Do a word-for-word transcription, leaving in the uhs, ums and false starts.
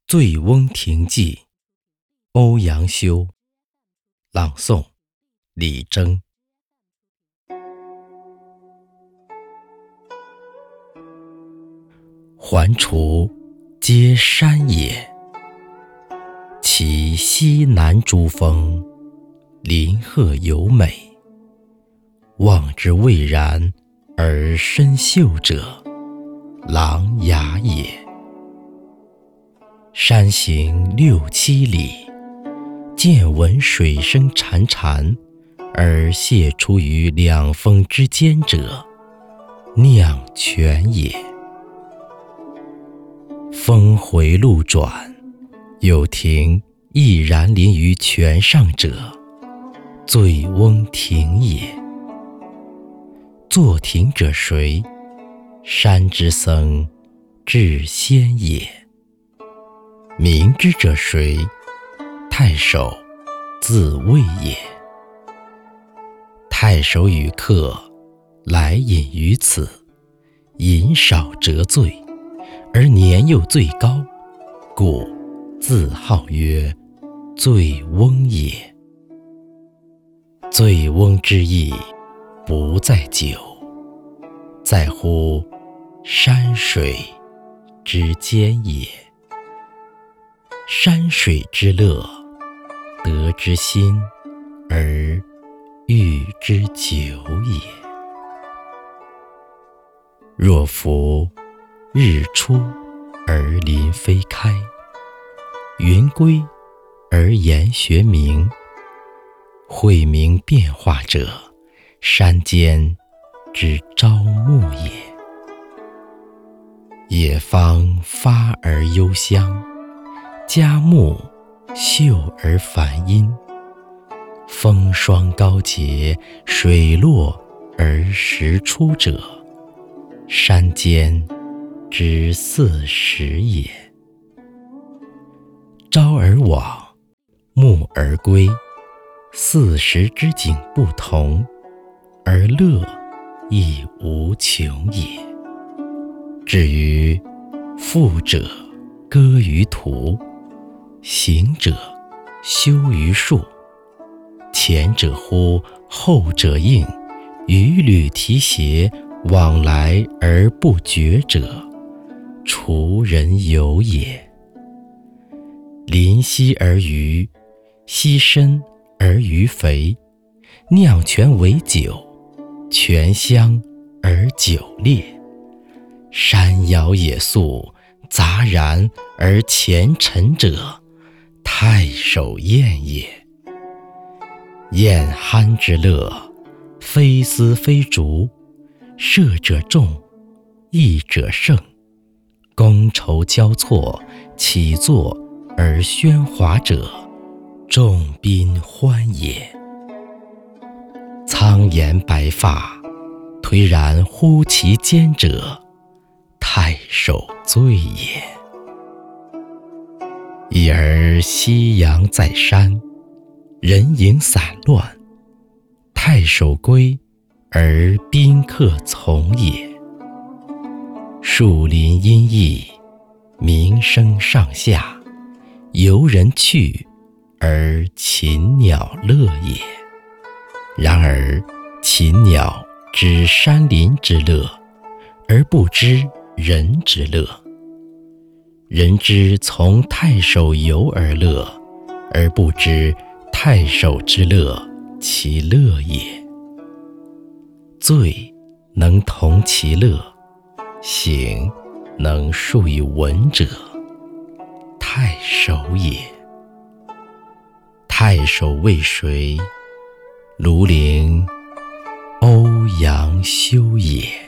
醉翁亭记，欧阳修。朗诵：李征。环滁皆山也，其西南诸峰，林壑尤美。望之蔚然而深秀者，琅琊也。山行六七里，渐闻水声潺潺，而泻出于两峰之间者，酿泉也。峰回路转，有亭毅然临于泉上者，醉翁亭也。作亭者谁？山之僧智仙也。明之者谁？太守自谓也。太守与客来饮于此，饮少辄醉，而年又最高，故自号曰醉翁也。醉翁之意不在酒，在乎山水之间也。山水之乐，得之心而寓之酒也。若夫日出而林霏开，云归而岩穴明，晦明变化者，山间之朝暮也。野芳发而幽香，佳木秀而繁阴。风霜高洁，水落而石出者，山间之四时也。朝而往，暮而归，四时之景不同，而乐亦无穷也。至于富者歌于途，行者修于树，前者呼，后者应，与履提携，往来而不绝者，滁人游也。临溪而渔，溪深而鱼肥，酿泉为酒，泉香而酒冽。山摇野肃，杂然而前陈者，太守宴也。宴酣之乐，非丝非竹，射者众，弈者胜，觥筹交错，起坐而喧哗者，众宾欢也。苍颜白发，颓然乎其间者，太守醉也。已而夕阳在山，人影散乱，太守归而宾客从也。树林阴翳，鸣声上下，游人去而禽鸟乐也。然而禽鸟知山林之乐，而不知人之乐。人之从太守游而乐，而不知太守之乐其乐也。醉能同其乐，醒能述以文者，太守也。太守为谁？庐陵欧阳修也。